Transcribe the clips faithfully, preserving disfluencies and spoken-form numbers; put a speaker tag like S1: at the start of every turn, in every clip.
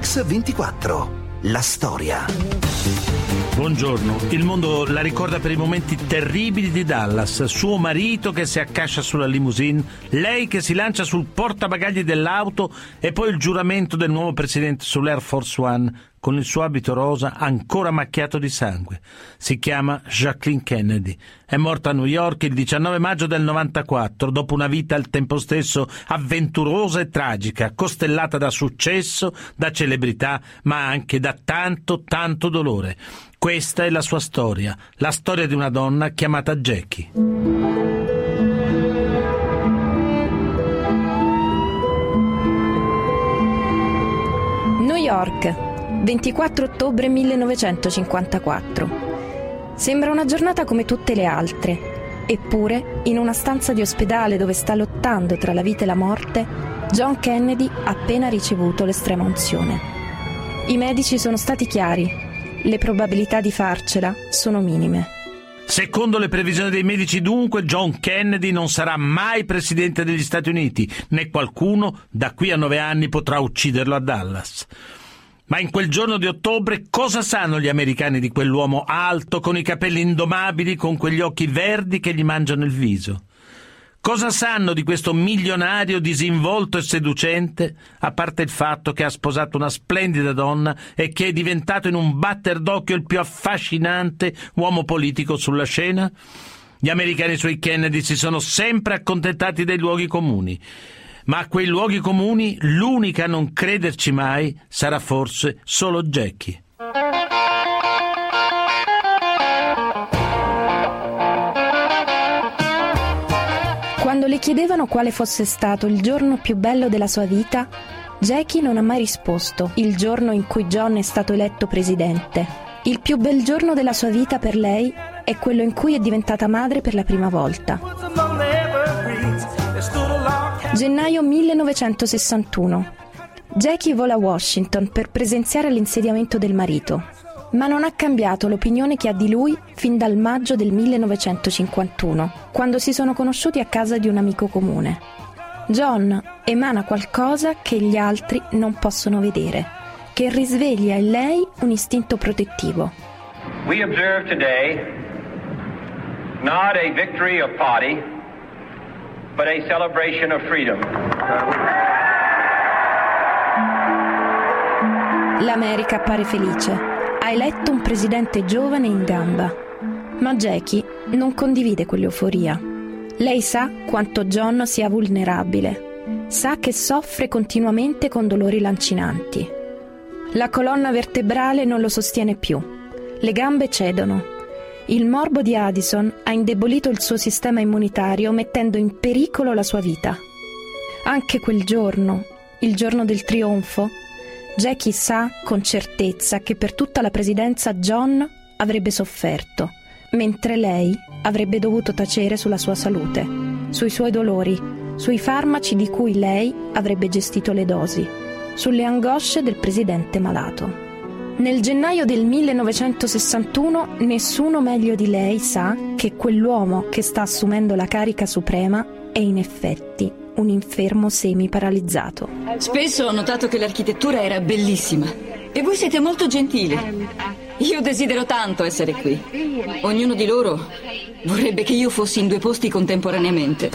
S1: X ventiquattro. La storia.
S2: Buongiorno. Il mondo la ricorda per i momenti terribili di Dallas. Suo marito che si accascia sulla limousine, lei che si lancia sul portabagagli dell'auto e poi il giuramento del nuovo presidente sull'Air Force One con il suo abito rosa ancora macchiato di sangue. Si chiama Jacqueline Kennedy. È morta a New York il diciannove maggio del novantaquattro, dopo una vita al tempo stesso avventurosa e tragica, costellata da successo, da celebrità, ma anche da tanto, tanto dolore. Questa è la sua storia, la storia di una donna chiamata Jackie.
S3: New York, ventiquattro ottobre millenovecentocinquantaquattro. Sembra una giornata come tutte le altre, eppure in una stanza di ospedale dove sta lottando tra la vita e la morte, John Kennedy ha appena ricevuto l'estrema unzione. I medici sono stati chiari. Le probabilità di farcela sono minime.
S2: Secondo le previsioni dei medici, dunque, John Kennedy non sarà mai presidente degli Stati Uniti, né qualcuno da qui a nove anni potrà ucciderlo a Dallas. Ma in quel giorno di ottobre cosa sanno gli americani di quell'uomo alto, con i capelli indomabili, con quegli occhi verdi che gli mangiano il viso? Cosa sanno di questo milionario disinvolto e seducente, a parte il fatto che ha sposato una splendida donna e che è diventato in un batter d'occhio il più affascinante uomo politico sulla scena? Gli americani sui Kennedy si sono sempre accontentati dei luoghi comuni, ma a quei luoghi comuni l'unica a non crederci mai sarà forse solo Jackie.
S3: Quando le chiedevano quale fosse stato il giorno più bello della sua vita, Jackie non ha mai risposto il giorno in cui John è stato eletto presidente. Il più bel giorno della sua vita per lei è quello in cui è diventata madre per la prima volta. Gennaio millenovecentosessantuno. Jackie vola a Washington per presenziare all'insediamento del marito, ma non ha cambiato l'opinione che ha di lui fin dal maggio del millenovecentocinquantuno, quando si sono conosciuti a casa di un amico comune. John emana qualcosa che gli altri non possono vedere, che risveglia in lei un istinto protettivo.
S4: We observe today not a victory of party, but a celebration of freedom.
S3: L'America appare felice. Ha eletto un presidente giovane in gamba. Ma Jackie non condivide quell'euforia. Lei sa quanto John sia vulnerabile. Sa che soffre continuamente con dolori lancinanti. La colonna vertebrale non lo sostiene più. Le gambe cedono. Il morbo di Addison ha indebolito il suo sistema immunitario, mettendo in pericolo la sua vita. Anche quel giorno, il giorno del trionfo, Jackie sa con certezza che per tutta la presidenza John avrebbe sofferto, mentre lei avrebbe dovuto tacere sulla sua salute, sui suoi dolori, sui farmaci di cui lei avrebbe gestito le dosi, sulle angosce del presidente malato. Nel gennaio del millenovecentosessantuno nessuno meglio di lei sa che quell'uomo che sta assumendo la carica suprema è in effetti un infermo semi-paralizzato.
S5: Spesso ho notato che l'architettura era bellissima e voi siete molto gentili. Io desidero tanto essere qui. Ognuno di loro vorrebbe che io fossi in due posti contemporaneamente.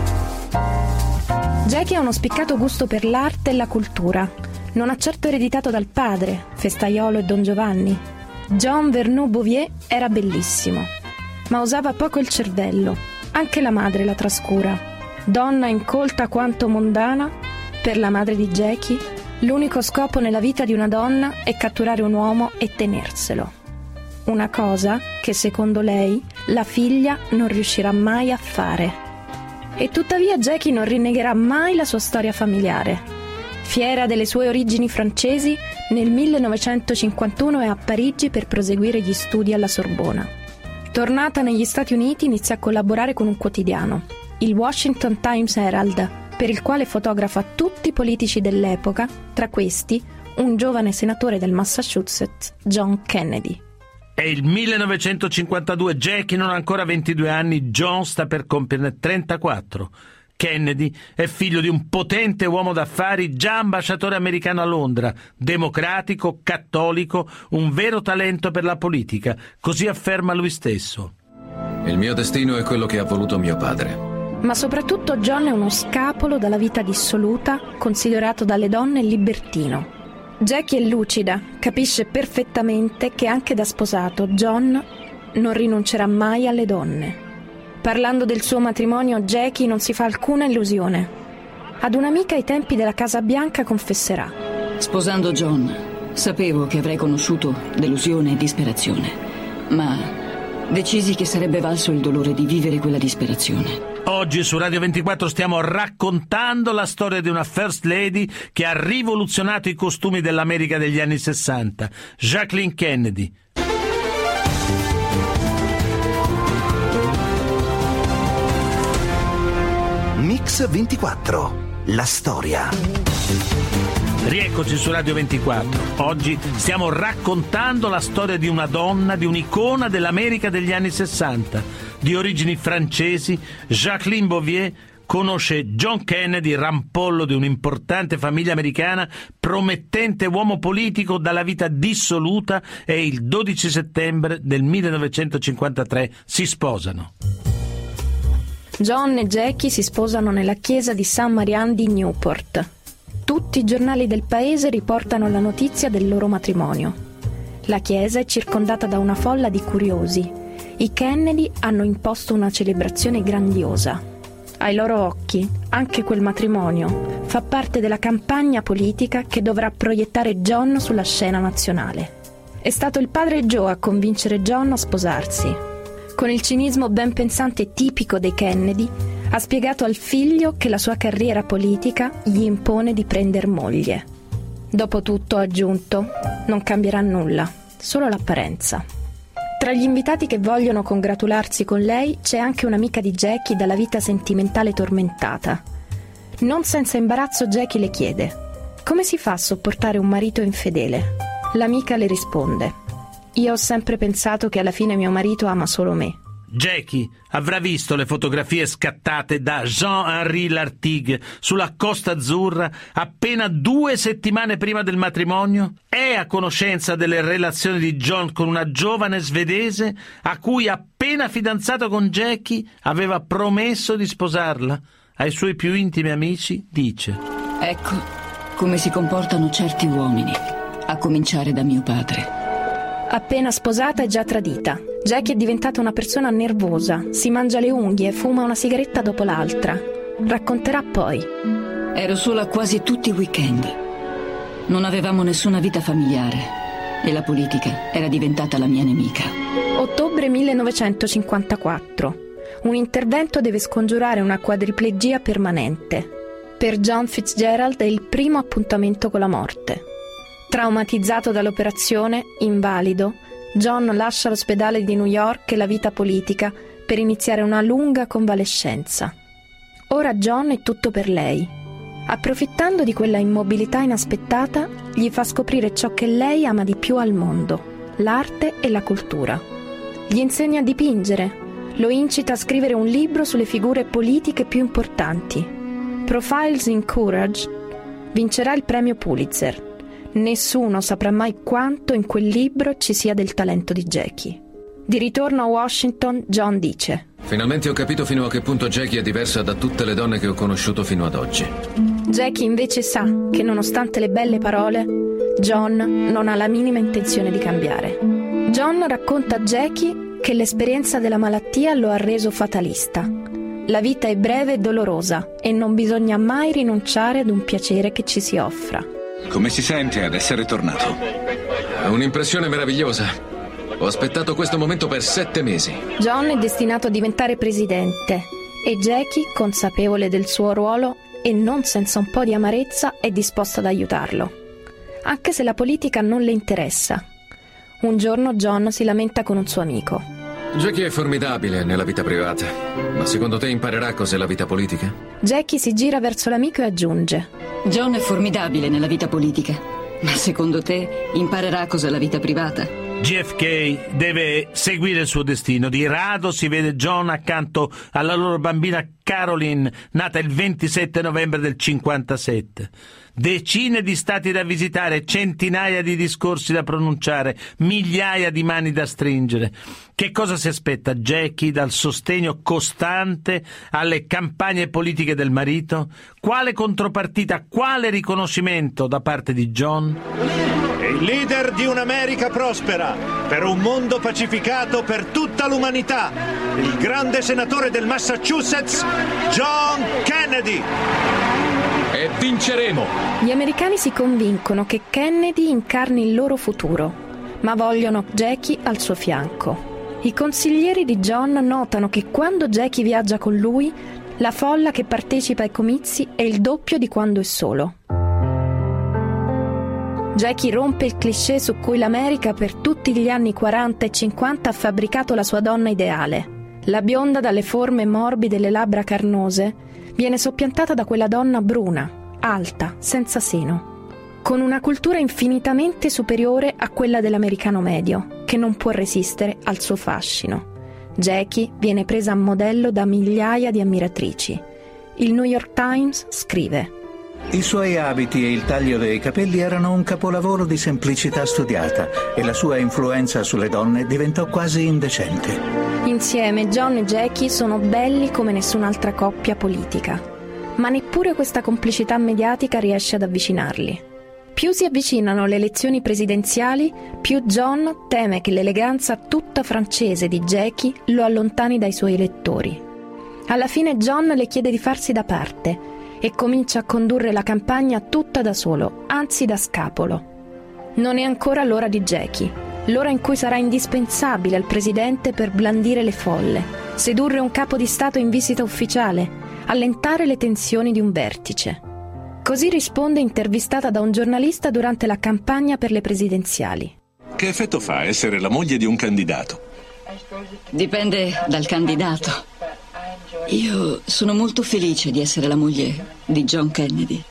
S3: Jackie ha uno spiccato gusto per l'arte e la cultura. Non ha certo ereditato dal padre, festaiolo e Don Giovanni. John Vernon Bouvier era bellissimo, ma usava poco il cervello. Anche la madre la trascura. Donna incolta quanto mondana, per la madre di Jackie, l'unico scopo nella vita di una donna è catturare un uomo e tenerselo. Una cosa che, secondo lei, la figlia non riuscirà mai a fare. E tuttavia Jackie non rinnegherà mai la sua storia familiare. Fiera delle sue origini francesi, nel millenovecentocinquantuno è a Parigi per proseguire gli studi alla Sorbona. Tornata negli Stati Uniti inizia a collaborare con un quotidiano, il Washington Times Herald, per il quale fotografa tutti i politici dell'epoca, tra questi un giovane senatore del Massachusetts, John Kennedy.
S2: È il millenovecentocinquantadue, Jackie non ha ancora ventidue anni, John sta per compierne trentaquattro. Kennedy è figlio di un potente uomo d'affari già ambasciatore americano a Londra, democratico, cattolico, un vero talento per la politica, così afferma lui stesso.
S6: Il mio destino è quello che ha voluto mio padre.
S3: Ma soprattutto John è uno scapolo dalla vita dissoluta, considerato dalle donne libertino. Jackie è lucida, capisce perfettamente che anche da sposato John non rinuncerà mai alle donne. Parlando del suo matrimonio, Jackie non si fa alcuna illusione. Ad un'amica ai tempi della Casa Bianca confesserà:
S5: sposando John, sapevo che avrei conosciuto delusione e disperazione, ma decisi che sarebbe valso il dolore di vivere quella disperazione.
S2: Oggi su Radio ventiquattro stiamo raccontando la storia di una First Lady che ha rivoluzionato i costumi dell'America degli anni sessanta, Jacqueline Kennedy.
S1: Mix ventiquattro, la storia.
S2: Rieccoci su Radio ventiquattro. Oggi stiamo raccontando la storia di una donna, di un'icona dell'America degli anni sessanta. Di origini francesi, Jacqueline Bouvier conosce John Kennedy, rampollo di un'importante famiglia americana, promettente uomo politico dalla vita dissoluta, e il dodici settembre del millenovecentocinquantatré si sposano.
S3: John e Jackie si sposano nella chiesa di Saint Marianne di Newport. Tutti i giornali del paese riportano la notizia del loro matrimonio. La chiesa è circondata da una folla di curiosi. I Kennedy hanno imposto una celebrazione grandiosa. Ai loro occhi, anche quel matrimonio fa parte della campagna politica che dovrà proiettare John sulla scena nazionale. È stato il padre Joe a convincere John a sposarsi. Con il cinismo ben pensante tipico dei Kennedy, ha spiegato al figlio che la sua carriera politica gli impone di prender moglie. Dopotutto, ha aggiunto, non cambierà nulla, solo l'apparenza. Tra gli invitati che vogliono congratularsi con lei c'è anche un'amica di Jackie dalla vita sentimentale tormentata. Non senza imbarazzo Jackie le chiede: come si fa a sopportare un marito infedele? L'amica le risponde: io ho sempre pensato che alla fine mio marito ama solo me.
S2: Jackie avrà visto le fotografie scattate da Jean-Henri Lartigue sulla Costa Azzurra appena due settimane prima del matrimonio? È a conoscenza delle relazioni di John con una giovane svedese a cui, appena fidanzato con Jackie, aveva promesso di sposarla. Ai suoi più intimi amici dice:
S5: ecco come si comportano certi uomini, a cominciare da mio padre.
S3: Appena sposata è già tradita. Jackie è diventata una persona nervosa, si mangia le unghie e fuma una sigaretta dopo l'altra. Racconterà poi:
S5: ero sola quasi tutti i weekend. Non avevamo nessuna vita familiare e la politica era diventata la mia nemica.
S3: Ottobre millenovecentocinquantaquattro. Un intervento deve scongiurare una quadriplegia permanente. Per John Fitzgerald è il primo appuntamento con la morte. Traumatizzato dall'operazione, invalido, John lascia l'ospedale di New York e la vita politica per iniziare una lunga convalescenza. Ora John è tutto per lei. Approfittando di quella immobilità inaspettata, gli fa scoprire ciò che lei ama di più al mondo: l'arte e la cultura. Gli insegna a dipingere, lo incita a scrivere un libro sulle figure politiche più importanti. Profiles in Courage vincerà il premio Pulitzer. Nessuno saprà mai quanto in quel libro ci sia del talento di Jackie. Di ritorno a Washington, John dice:
S6: finalmente ho capito fino a che punto Jackie è diversa da tutte le donne che ho conosciuto fino ad oggi.
S3: Jackie invece sa che, nonostante le belle parole, John non ha la minima intenzione di cambiare. John racconta a Jackie che l'esperienza della malattia lo ha reso fatalista. La vita è breve e dolorosa e non bisogna mai rinunciare ad un piacere che ci si offra.
S7: Come si sente ad essere tornato?
S6: È un'impressione meravigliosa. Ho aspettato questo momento per sette mesi.
S3: John è destinato a diventare presidente e Jackie, consapevole del suo ruolo e non senza un po' di amarezza, è disposta ad aiutarlo, anche se la politica non le interessa. Un giorno John si lamenta con un suo amico:
S6: Jackie è formidabile nella vita privata, ma secondo te imparerà cos'è la vita politica?
S3: Jackie si gira verso l'amico e aggiunge:
S5: John è formidabile nella vita politica, ma secondo te imparerà cos'è la vita privata?
S2: J F K deve seguire il suo destino. Di rado si vede John accanto alla loro bambina Caroline, nata il ventisette novembre del cinquantasette. Decine di stati da visitare, centinaia di discorsi da pronunciare, migliaia di mani da stringere. Che cosa si aspetta Jackie dal sostegno costante alle campagne politiche del marito? Quale contropartita, quale riconoscimento da parte di John?
S8: È il leader di un'America prospera, per un mondo pacificato per tutta l'umanità, il grande senatore del Massachusetts, John Kennedy.
S6: E vinceremo!
S3: Gli americani si convincono che Kennedy incarni il loro futuro, ma vogliono Jackie al suo fianco. I consiglieri di John notano che quando Jackie viaggia con lui, la folla che partecipa ai comizi è il doppio di quando è solo. Jackie rompe il cliché su cui l'America per tutti gli anni quaranta e cinquanta ha fabbricato la sua donna ideale. La bionda dalle forme morbide e le labbra carnose viene soppiantata da quella donna bruna, alta, senza seno, con una cultura infinitamente superiore a quella dell'americano medio, che non può resistere al suo fascino. Jackie viene presa a modello da migliaia di ammiratrici. Il New York Times scrive:
S9: i suoi abiti e il taglio dei capelli erano un capolavoro di semplicità studiata e la sua influenza sulle donne diventò quasi indecente.
S3: Insieme John e Jackie sono belli come nessun'altra coppia politica, ma neppure questa complicità mediatica riesce ad avvicinarli. Più si avvicinano le elezioni presidenziali, più John teme che l'eleganza tutta francese di Jackie lo allontani dai suoi elettori. Alla fine John le chiede di farsi da parte e comincia a condurre la campagna tutta da solo, anzi da scapolo. Non è ancora l'ora di Jackie, l'ora in cui sarà indispensabile al presidente per blandire le folle, sedurre un capo di Stato in visita ufficiale, allentare le tensioni di un vertice. Così risponde intervistata da un giornalista durante la campagna per le presidenziali.
S7: Che effetto fa essere la moglie di un candidato?
S5: Dipende dal candidato. Io sono molto felice di essere la moglie di John Kennedy.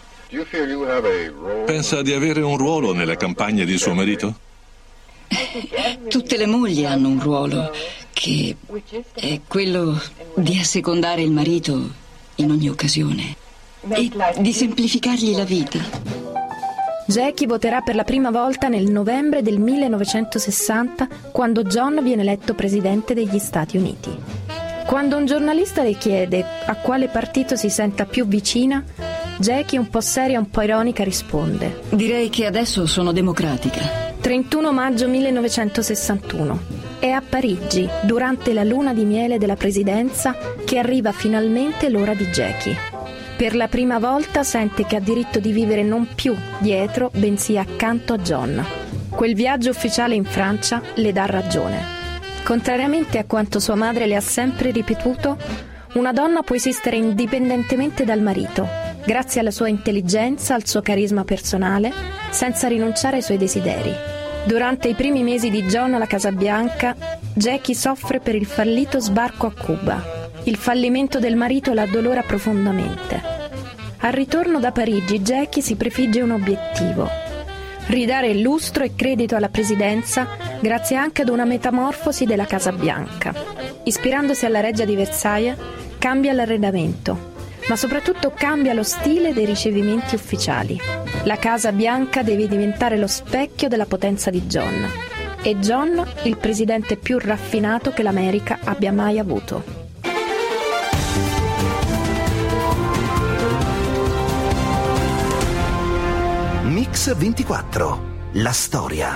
S7: Pensa di avere un ruolo nella campagna di suo marito?
S5: Tutte le mogli hanno un ruolo, che è quello di assecondare il marito in ogni occasione e di semplificargli la vita.
S3: Jackie voterà per la prima volta nel novembre del millenovecentosessanta, quando John viene eletto presidente degli Stati Uniti. Quando un giornalista le chiede a quale partito si senta più vicina, Jackie, un po' seria e un po' ironica, risponde:
S5: direi che adesso sono democratica.
S3: trentuno maggio millenovecentosessantuno. È a Parigi, durante la luna di miele della presidenza, che arriva finalmente l'ora di Jackie. Per la prima volta sente che ha diritto di vivere non più dietro, bensì accanto a John. Quel viaggio ufficiale in Francia le dà ragione. Contrariamente a quanto sua madre le ha sempre ripetuto, una donna può esistere indipendentemente dal marito, grazie alla sua intelligenza, al suo carisma personale, senza rinunciare ai suoi desideri. Durante i primi mesi di John alla Casa Bianca, Jackie soffre per il fallito sbarco a Cuba. Il fallimento del marito la addolora profondamente. Al ritorno da Parigi, Jackie si prefigge un obiettivo: ridare lustro e credito alla presidenza grazie anche ad una metamorfosi della Casa Bianca. Ispirandosi alla reggia di Versailles, cambia l'arredamento, ma soprattutto cambia lo stile dei ricevimenti ufficiali. La Casa Bianca deve diventare lo specchio della potenza di John. E John, il presidente più raffinato che l'America abbia mai avuto.
S1: Mix ventiquattro, la storia.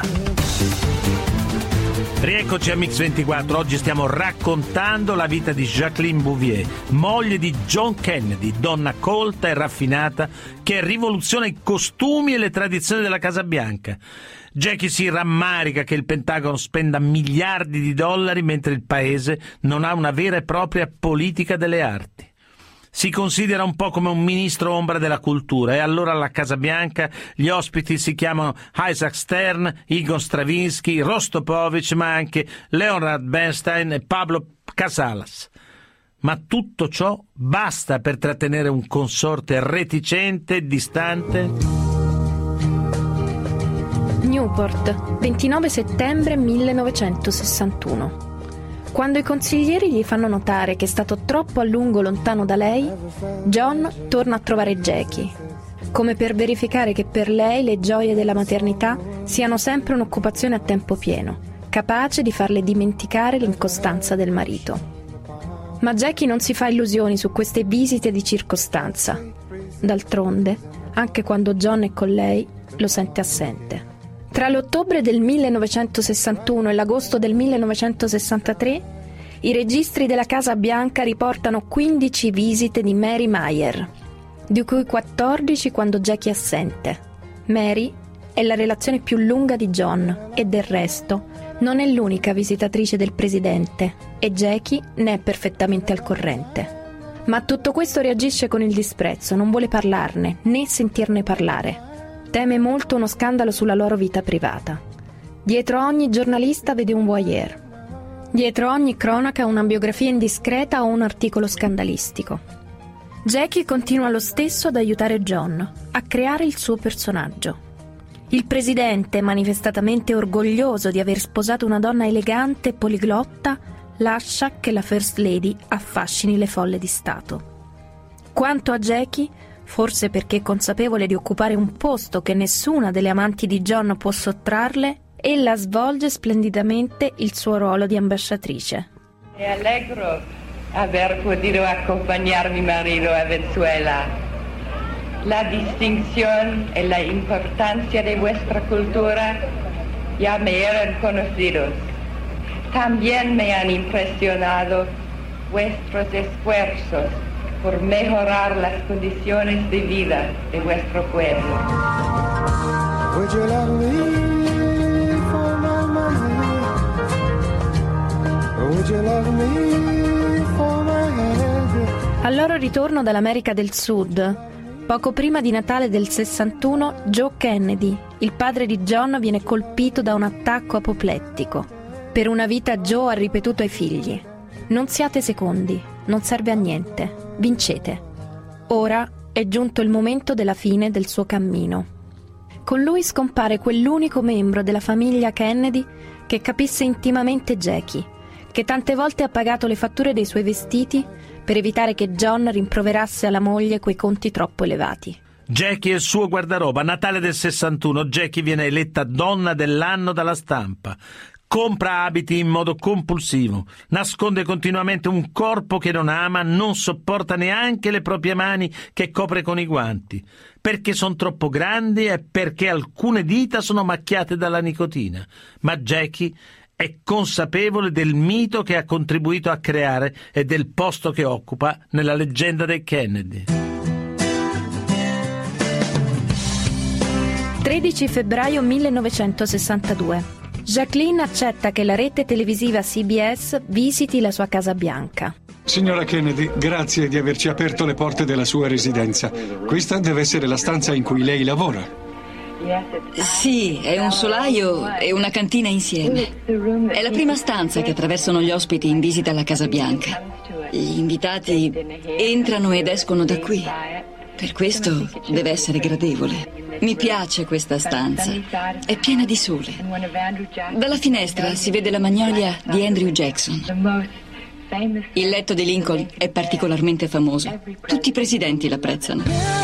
S2: Rieccoci a Mix ventiquattro. Oggi stiamo raccontando la vita di Jacqueline Bouvier, moglie di John Kennedy, donna colta e raffinata che rivoluziona i costumi e le tradizioni della Casa Bianca. Jackie si rammarica che il Pentagono spenda miliardi di dollari mentre il paese non ha una vera e propria politica delle arti. Si considera un po' come un ministro ombra della cultura, e allora alla Casa Bianca gli ospiti si chiamano Isaac Stern, Igor Stravinsky, Rostropovich, ma anche Leonard Bernstein e Pablo Casals. Ma tutto ciò basta per trattenere un consorte reticente e distante?
S3: Newport, ventinove settembre millenovecentosessantuno. Quando i consiglieri gli fanno notare che è stato troppo a lungo lontano da lei, John torna a trovare Jackie, come per verificare che per lei le gioie della maternità siano sempre un'occupazione a tempo pieno, capace di farle dimenticare l'incostanza del marito. Ma Jackie non si fa illusioni su queste visite di circostanza. D'altronde, anche quando John è con lei, lo sente assente. Tra l'ottobre del millenovecentosessantuno e l'agosto del millenovecentosessantatré, i registri della Casa Bianca riportano quindici visite di Mary Meyer, di cui quattordici quando Jackie è assente. Mary è la relazione più lunga di John e del resto non è l'unica visitatrice del presidente e Jackie ne è perfettamente al corrente. Ma a tutto questo reagisce con il disprezzo, non vuole parlarne né sentirne parlare. Teme molto uno scandalo sulla loro vita privata. Dietro ogni giornalista vede un voyeur. Dietro ogni cronaca una biografia indiscreta o un articolo scandalistico. Jackie continua lo stesso ad aiutare John a creare il suo personaggio. Il presidente, manifestatamente orgoglioso di aver sposato una donna elegante e poliglotta, lascia che la First Lady affascini le folle di Stato. Quanto a Jackie, forse perché consapevole di occupare un posto che nessuna delle amanti di John può sottrarle, ella svolge splendidamente il suo ruolo di ambasciatrice.
S10: È allegro aver potuto accompagnare mio marito a Venezuela. La distinción y la importancia de vuestra cultura ya me eran conocidos. También me han impresionado vuestros esfuerzos por mejorar las condiciones de vida de vuestro pueblo. Would you love me for my money? Or would you love me for my head?
S3: Al loro ritorno dall'America del Sud, poco prima di Natale del sessantuno, Joe Kennedy, il padre di John, viene colpito da un attacco apoplettico. Per una vita Joe ha ripetuto ai figli: non siate secondi, non serve a niente, vincete. Ora è giunto il momento della fine del suo cammino. Con lui scompare quell'unico membro della famiglia Kennedy che capisse intimamente Jackie, che tante volte ha pagato le fatture dei suoi vestiti per evitare che John rimproverasse alla moglie quei conti troppo elevati.
S2: Jackie e il suo guardaroba. Natale del sessantuno, Jackie viene eletta donna dell'anno dalla stampa. Compra abiti in modo compulsivo, nasconde continuamente un corpo che non ama, non sopporta neanche le proprie mani che copre con i guanti, perché sono troppo grandi e perché alcune dita sono macchiate dalla nicotina. Ma Jackie è consapevole del mito che ha contribuito a creare e del posto che occupa nella leggenda dei Kennedy.
S3: tredici febbraio millenovecentosessantadue. Jacqueline accetta che la rete televisiva C B S visiti la sua Casa Bianca.
S11: Signora Kennedy, grazie di averci aperto le porte della sua residenza. Questa deve essere la stanza in cui lei lavora.
S5: Sì, è un solaio e una cantina insieme. È la prima stanza che attraversano gli ospiti in visita alla Casa Bianca. Gli invitati entrano ed escono da qui. Per questo deve essere gradevole. Mi piace questa stanza. È piena di sole. Dalla finestra si vede la magnolia di Andrew Jackson. Il letto di Lincoln è particolarmente famoso. Tutti i presidenti l'apprezzano.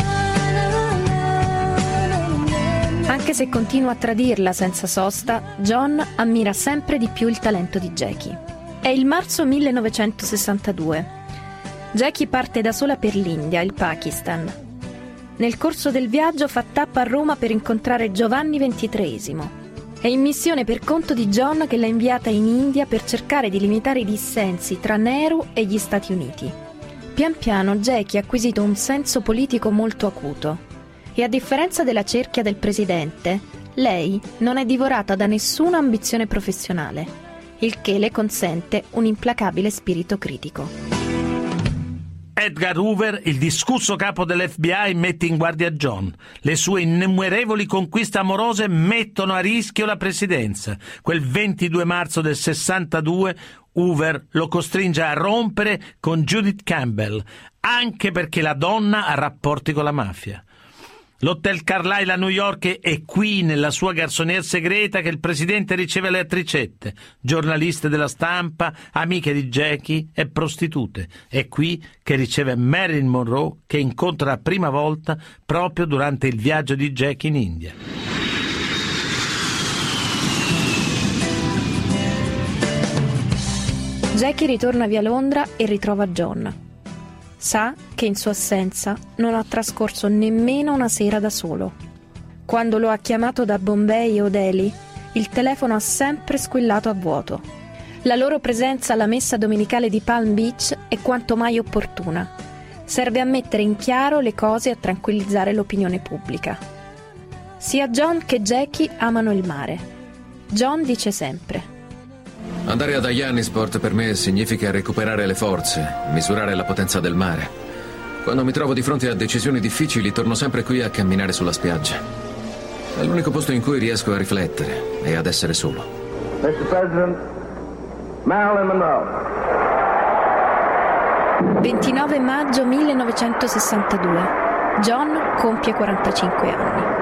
S3: Anche se continua a tradirla senza sosta, John ammira sempre di più il talento di Jackie. È il marzo millenovecentosessantadue. Jackie parte da sola per l'India, il Pakistan. Nel corso del viaggio fa tappa a Roma per incontrare Giovanni ventitreesimo. È in missione per conto di John che l'ha inviata in India per cercare di limitare i dissensi tra Nehru e gli Stati Uniti. Pian piano Jackie ha acquisito un senso politico molto acuto e, a differenza della cerchia del presidente, lei non è divorata da nessuna ambizione professionale, il che le consente un implacabile spirito critico.
S2: Edgar Hoover, il discusso capo dell'F B I, mette in guardia John. Le sue innumerevoli conquiste amorose mettono a rischio la presidenza. Quel ventidue marzo del sessantadue Hoover lo costringe a rompere con Judith Campbell, anche perché la donna ha rapporti con la mafia. L'Hotel Carlyle a New York è qui, nella sua garçonnière segreta, che il presidente riceve le attricette, giornaliste della stampa, amiche di Jackie e prostitute. È qui che riceve Marilyn Monroe, che incontra la prima volta proprio durante il viaggio di Jackie in India.
S3: Jackie ritorna via Londra e ritrova John. Sa che in sua assenza non ha trascorso nemmeno una sera da solo. Quando lo ha chiamato da Bombay o Delhi, il telefono ha sempre squillato a vuoto. La loro presenza alla messa domenicale di Palm Beach è quanto mai opportuna. Serve a mettere in chiaro le cose e a tranquillizzare l'opinione pubblica. Sia John che Jackie amano il mare. John dice sempre:
S6: andare ad Hyannisport per me significa recuperare le forze, misurare la potenza del mare. Quando mi trovo di fronte a decisioni difficili, torno sempre qui a camminare sulla spiaggia. È l'unico posto in cui riesco a riflettere e ad essere solo.
S12: mister President, Marilyn Monroe.
S3: ventinove maggio millenovecentosessantadue. John compie quarantacinque anni.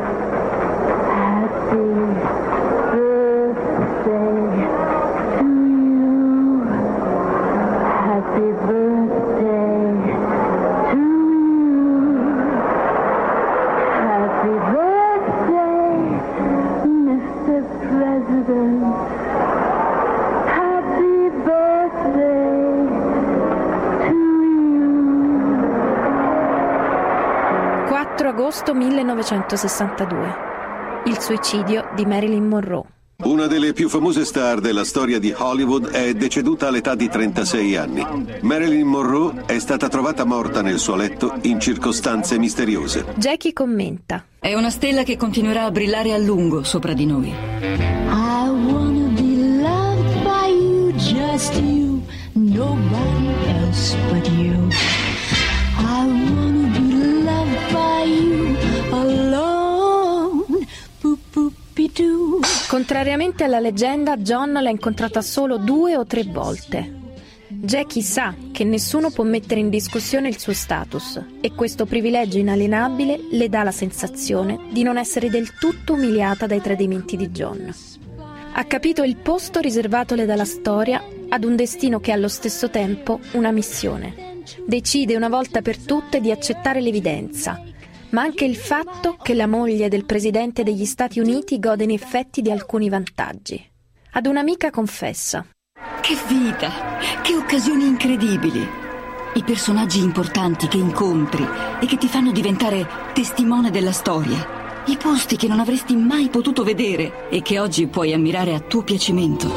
S3: quattro agosto millenovecentosessantadue. Il suicidio di Marilyn Monroe.
S13: Una delle più famose star della storia di Hollywood è deceduta all'età di trentasei anni. Marilyn Monroe è stata trovata morta nel suo letto in circostanze misteriose.
S3: Jackie commenta:
S5: è una stella che continuerà a brillare a lungo sopra di noi.
S14: I wanna be loved by you, just you, nobody else but you. I wanna be loved by you alone. Boop boop be doo.
S3: Contrariamente alla leggenda, John l'ha incontrata solo due o tre volte. Jackie sa che nessuno può mettere in discussione il suo status e questo privilegio inalienabile le dà la sensazione di non essere del tutto umiliata dai tradimenti di John. Ha capito il posto riservatole dalla storia ad un destino che è allo stesso tempo una missione. Decide una volta per tutte di accettare l'evidenza, ma anche il fatto che la moglie del presidente degli Stati Uniti gode in effetti di alcuni vantaggi. Ad un'amica confessa:
S5: che vita, che occasioni incredibili, i personaggi importanti che incontri e che ti fanno diventare testimone della storia, i posti che non avresti mai potuto vedere e che oggi puoi ammirare a tuo piacimento.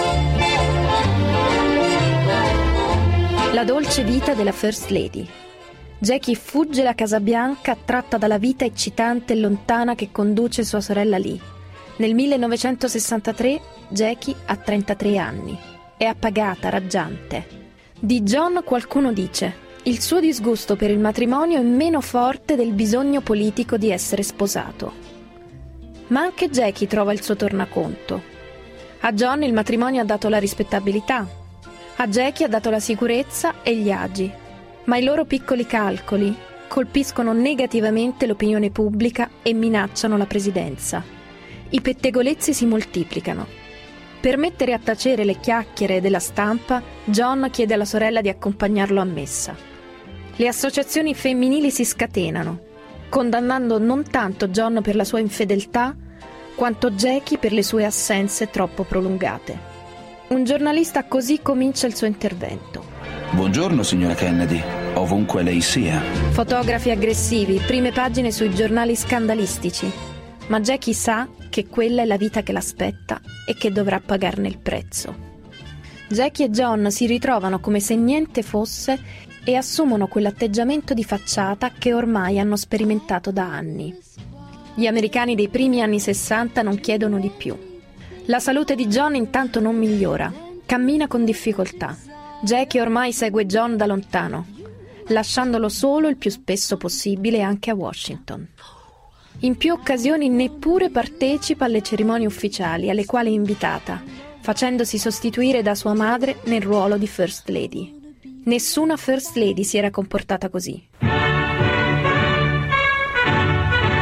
S3: La dolce vita della First Lady. Jackie fugge la Casa Bianca tratta dalla vita eccitante e lontana che conduce sua sorella Lee. Nel millenovecentosessantatré Jackie ha trentatré anni. È appagata, raggiante. Di John qualcuno dice: il suo disgusto per il matrimonio è meno forte del bisogno politico di essere sposato. Ma anche Jackie trova il suo tornaconto. A John il matrimonio ha dato la rispettabilità. A Jackie ha dato la sicurezza e gli agi. Ma i loro piccoli calcoli colpiscono negativamente l'opinione pubblica e minacciano la presidenza. I pettegolezzi si moltiplicano. Per mettere a tacere le chiacchiere della stampa, John chiede alla sorella di accompagnarlo a messa. Le associazioni femminili si scatenano, condannando non tanto John per la sua infedeltà, quanto Jackie per le sue assenze troppo prolungate. Un giornalista così comincia il suo intervento.
S15: Buongiorno, signora Kennedy, ovunque lei sia.
S3: Fotografi aggressivi, prime pagine sui giornali scandalistici. Ma Jackie sa che quella è la vita che l'aspetta e che dovrà pagarne il prezzo. Jackie e John si ritrovano come se niente fosse e assumono quell'atteggiamento di facciata che ormai hanno sperimentato da anni. Gli americani dei primi anni sessanta non chiedono di più. La salute di John intanto non migliora, cammina con difficoltà. Jackie ormai segue John da lontano, lasciandolo solo il più spesso possibile anche a Washington. In più occasioni neppure partecipa alle cerimonie ufficiali alle quali è invitata, facendosi sostituire da sua madre nel ruolo di First Lady. Nessuna First Lady si era comportata così.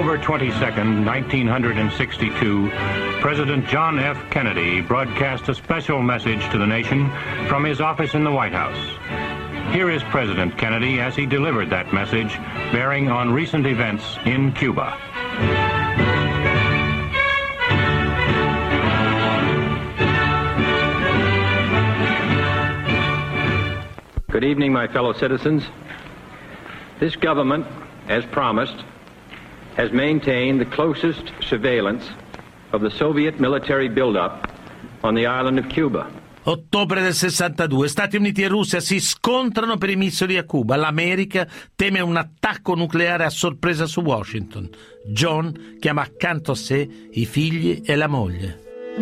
S16: October twenty-second, nineteen sixty-two, President John F. Kennedy broadcast a special message to the nation from his office in the White House. Here is President Kennedy as he delivered that message, bearing on recent events in Cuba.
S17: Good evening, my fellow citizens. This government, as promised, has maintained the closest surveillance of the Soviet military buildup on the island of Cuba.
S2: Ottobre del sessantadue, Stati Uniti e Russia si scontrano per i missili a Cuba. L'America teme un attacco nucleare a sorpresa su Washington. John chiama accanto a sé i figli e la moglie.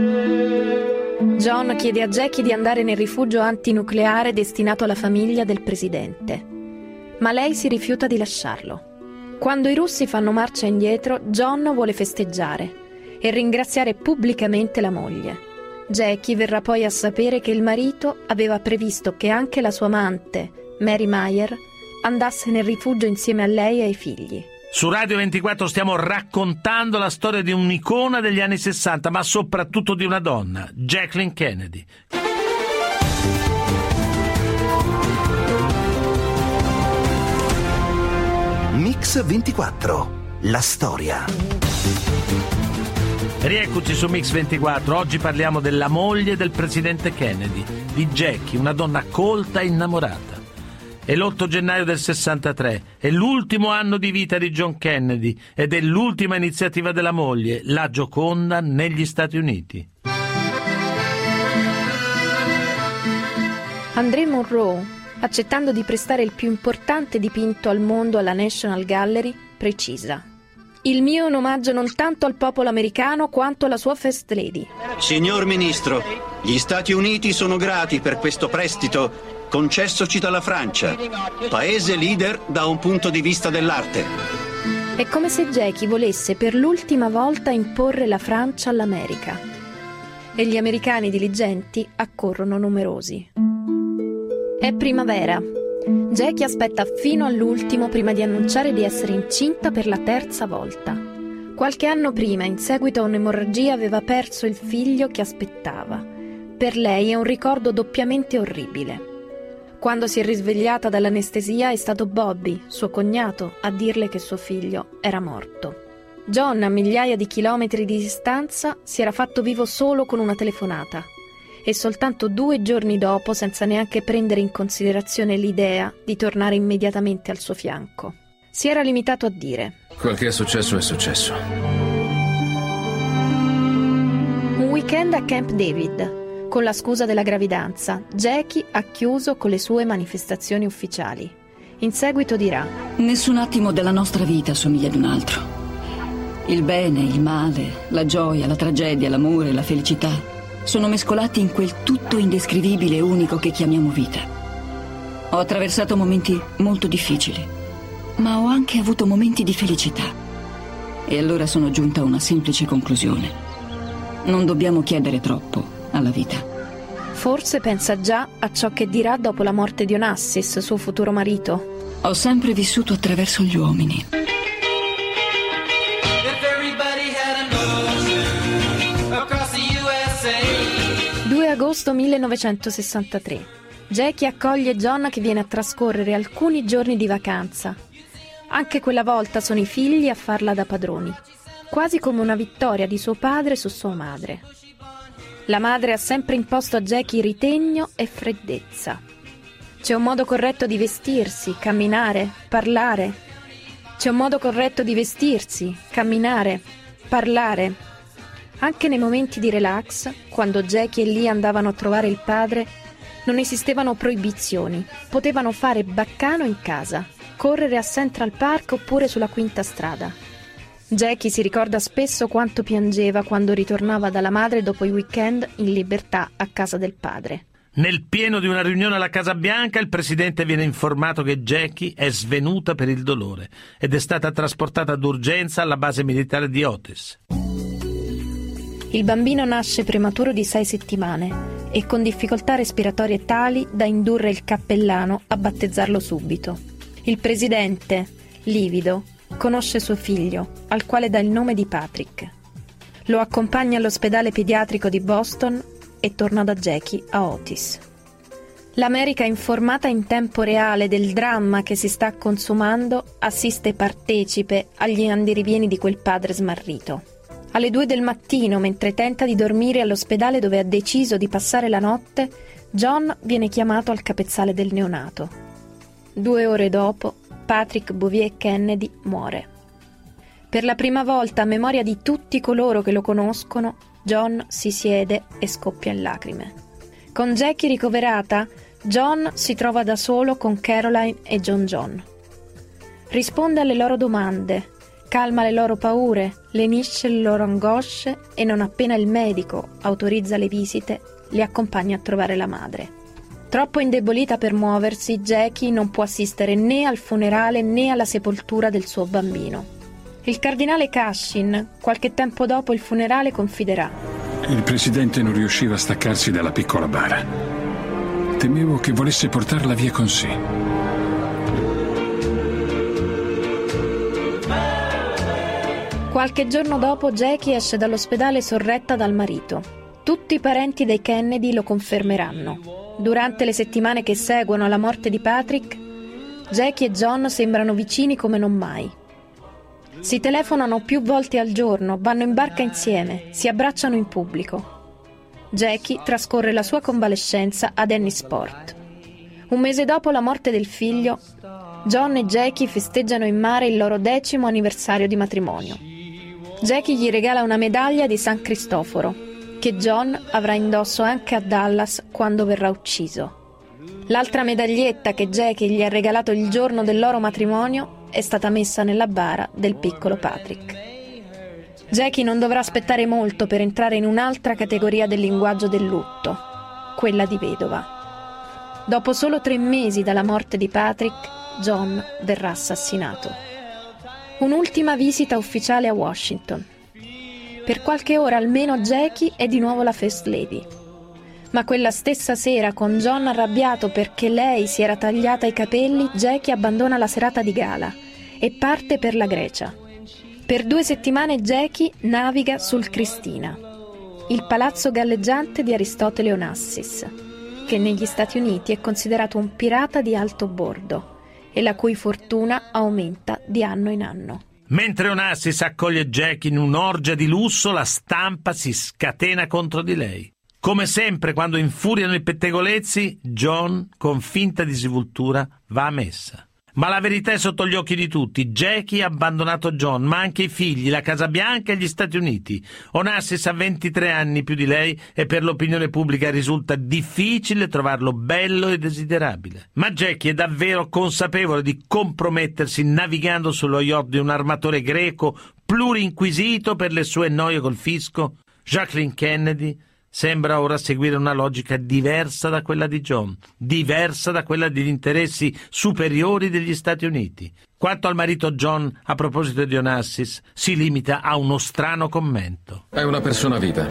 S3: John chiede a Jackie di andare nel rifugio antinucleare destinato alla famiglia del presidente, ma lei si rifiuta di lasciarlo. Quando i russi fanno marcia indietro, John vuole festeggiare e ringraziare pubblicamente la moglie. Jackie verrà poi a sapere che il marito aveva previsto che anche la sua amante, Mary Meyer, andasse nel rifugio insieme a lei e ai figli.
S2: Su Radio ventiquattro stiamo raccontando la storia di un'icona degli anni sessanta, ma soprattutto di una donna, Jacqueline Kennedy.
S1: Mix ventiquattro, la storia.
S2: Rieccoci su Mix ventiquattro. Oggi parliamo della moglie del presidente Kennedy, di Jackie, una donna colta e innamorata. È l'otto gennaio del sessantatré, è l'ultimo anno di vita di John Kennedy ed è l'ultima iniziativa della moglie, la Gioconda, negli Stati Uniti.
S3: André Monroe, accettando di prestare il più importante dipinto al mondo alla National Gallery, precisa: il mio è un omaggio non tanto al popolo americano quanto alla sua First Lady.
S18: Signor Ministro, gli Stati Uniti sono grati per questo prestito concessoci dalla Francia, paese leader da un punto di vista dell'arte.
S3: È come se Jackie volesse per l'ultima volta imporre la Francia all'America. E gli americani diligenti accorrono numerosi. È primavera. Jackie aspetta fino all'ultimo prima di annunciare di essere incinta per la terza volta. Qualche anno prima, in seguito a un'emorragia, aveva perso il figlio che aspettava. Per lei è un ricordo doppiamente orribile. Quando si è risvegliata dall'anestesia è stato Bobby, suo cognato, a dirle che suo figlio era morto. John, a migliaia di chilometri di distanza, si era fatto vivo solo con una telefonata. E soltanto due giorni dopo, senza neanche prendere in considerazione l'idea di tornare immediatamente al suo fianco. Si era limitato a dire:
S6: quel che è successo è successo.
S3: Un weekend a Camp David. Con la scusa della gravidanza, Jackie ha chiuso con le sue manifestazioni ufficiali. In seguito dirà:
S5: nessun attimo della nostra vita somiglia ad un altro. Il bene, il male, la gioia, la tragedia, l'amore, la felicità sono mescolati in quel tutto indescrivibile e unico che chiamiamo vita. Ho attraversato momenti molto difficili, ma ho anche avuto momenti di felicità. E allora sono giunta a una semplice conclusione: non dobbiamo chiedere troppo alla vita.
S3: Forse pensa già a ciò che dirà dopo la morte di Onassis, suo futuro marito.
S5: Ho sempre vissuto attraverso gli uomini.
S3: due agosto millenovecentosessantatré. Jackie accoglie John che viene a trascorrere alcuni giorni di vacanza. Anche quella volta sono i figli a farla da padroni, quasi come una vittoria di suo padre su sua madre. La madre ha sempre imposto a Jackie ritegno e freddezza. C'è un modo corretto di vestirsi, camminare, parlare. C'è un modo corretto di vestirsi, camminare, parlare. Anche nei momenti di relax, quando Jackie e Lee andavano a trovare il padre, non esistevano proibizioni. Potevano fare baccano in casa, correre a Central Park oppure sulla Quinta Strada. Jackie si ricorda spesso quanto piangeva quando ritornava dalla madre dopo i weekend in libertà a casa del padre.
S2: Nel pieno di una riunione alla Casa Bianca, il presidente viene informato che Jackie è svenuta per il dolore ed è stata trasportata d'urgenza alla base militare di Otis.
S3: Il bambino nasce prematuro di sei settimane e con difficoltà respiratorie tali da indurre il cappellano a battezzarlo subito. Il presidente, livido, conosce suo figlio, al quale dà il nome di Patrick. Lo accompagna all'ospedale pediatrico di Boston e torna da Jackie a Otis. L'America, informata in tempo reale del dramma che si sta consumando, assiste partecipe agli andirivieni di quel padre smarrito. Alle due del mattino, mentre tenta di dormire all'ospedale dove ha deciso di passare la notte, John viene chiamato al capezzale del neonato. Due ore dopo, Patrick Bouvier Kennedy muore. Per la prima volta, a memoria di tutti coloro che lo conoscono, John si siede e scoppia in lacrime. Con Jackie ricoverata, John si trova da solo con Caroline e John John. Risponde alle loro domande, calma le loro paure, lenisce le loro angosce e non appena il medico autorizza le visite, li accompagna a trovare la madre. Troppo indebolita per muoversi, Jackie non può assistere né al funerale né alla sepoltura del suo bambino. Il cardinale Cashin, qualche tempo dopo il funerale, confiderà:
S19: il presidente non riusciva a staccarsi dalla piccola bara. Temevo che volesse portarla via con sé.
S3: Qualche giorno dopo Jackie esce dall'ospedale sorretta dal marito. Tutti i parenti dei Kennedy lo confermeranno. Durante le settimane che seguono alla morte di Patrick, Jackie e John sembrano vicini come non mai. Si telefonano più volte al giorno, vanno in barca insieme, si abbracciano in pubblico. Jackie trascorre la sua convalescenza ad Ennisport. Un mese dopo la morte del figlio, John e Jackie festeggiano in mare il loro decimo anniversario di matrimonio. Jackie gli regala una medaglia di San Cristoforo, che John avrà indosso anche a Dallas quando verrà ucciso. L'altra medaglietta che Jackie gli ha regalato il giorno del loro matrimonio è stata messa nella bara del piccolo Patrick. Jackie non dovrà aspettare molto per entrare in un'altra categoria del linguaggio del lutto, quella di vedova. Dopo solo tre mesi dalla morte di Patrick, John verrà assassinato. Un'ultima visita ufficiale a Washington. Per qualche ora almeno Jackie è di nuovo la First Lady. Ma quella stessa sera, con John arrabbiato perché lei si era tagliata i capelli, Jackie abbandona la serata di gala e parte per la Grecia. Per due settimane Jackie naviga sul Cristina, il palazzo galleggiante di Aristotele Onassis, che negli Stati Uniti è considerato un pirata di alto bordo e la cui fortuna aumenta di anno in anno.
S2: Mentre Onassis accoglie Jackie in un'orgia di lusso, la stampa si scatena contro di lei. Come sempre, quando infuriano i pettegolezzi, John, con finta disinvoltura, va a messa. Ma la verità è sotto gli occhi di tutti. Jackie ha abbandonato John, ma anche i figli, la Casa Bianca e gli Stati Uniti. Onassis ha ventitré anni più di lei e per l'opinione pubblica risulta difficile trovarlo bello e desiderabile. Ma Jackie è davvero consapevole di compromettersi navigando sullo yacht di un armatore greco plurinquisito per le sue noie col fisco? Jacqueline Kennedy sembra ora seguire una logica diversa da quella di John, diversa da quella degli interessi superiori degli Stati Uniti. Quanto al marito John, a proposito di Onassis, si limita a uno strano commento.
S6: È una persona viva.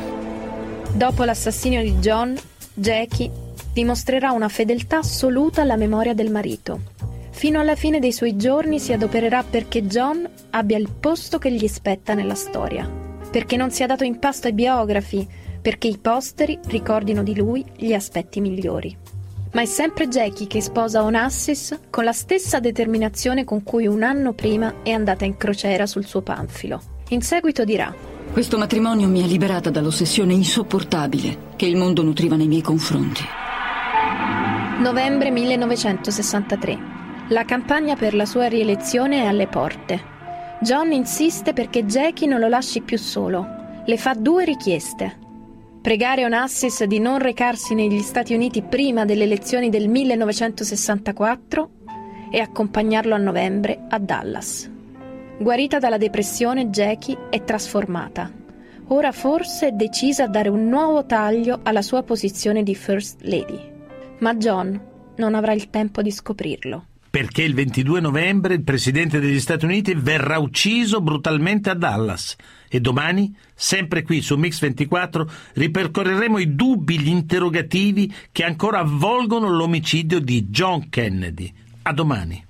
S3: Dopo l'assassinio di John, Jackie dimostrerà una fedeltà assoluta alla memoria del marito. Fino alla fine dei suoi giorni si adopererà perché John abbia il posto che gli spetta nella storia, perché non sia dato in pasto ai biografi, perché i posteri ricordino di lui gli aspetti migliori. Ma è sempre Jackie che sposa Onassis con la stessa determinazione con cui un anno prima è andata in crociera sul suo panfilo. In seguito dirà:
S5: questo matrimonio mi ha liberata dall'ossessione insopportabile che il mondo nutriva nei miei confronti.
S3: Novembre millenovecentosessantatré. La campagna per la sua rielezione è alle porte. John insiste perché Jackie non lo lasci più solo. Le fa due richieste: pregare Onassis di non recarsi negli Stati Uniti prima delle elezioni del millenovecentosessantaquattro e accompagnarlo a novembre a Dallas. Guarita dalla depressione, Jackie è trasformata. Ora forse è decisa a dare un nuovo taglio alla sua posizione di First Lady. Ma John non avrà il tempo di scoprirlo.
S2: Perché il ventidue novembre il presidente degli Stati Uniti verrà ucciso brutalmente a Dallas e domani, sempre qui su Mix ventiquattro, ripercorreremo i dubbi, gli interrogativi che ancora avvolgono l'omicidio di John Kennedy. A domani.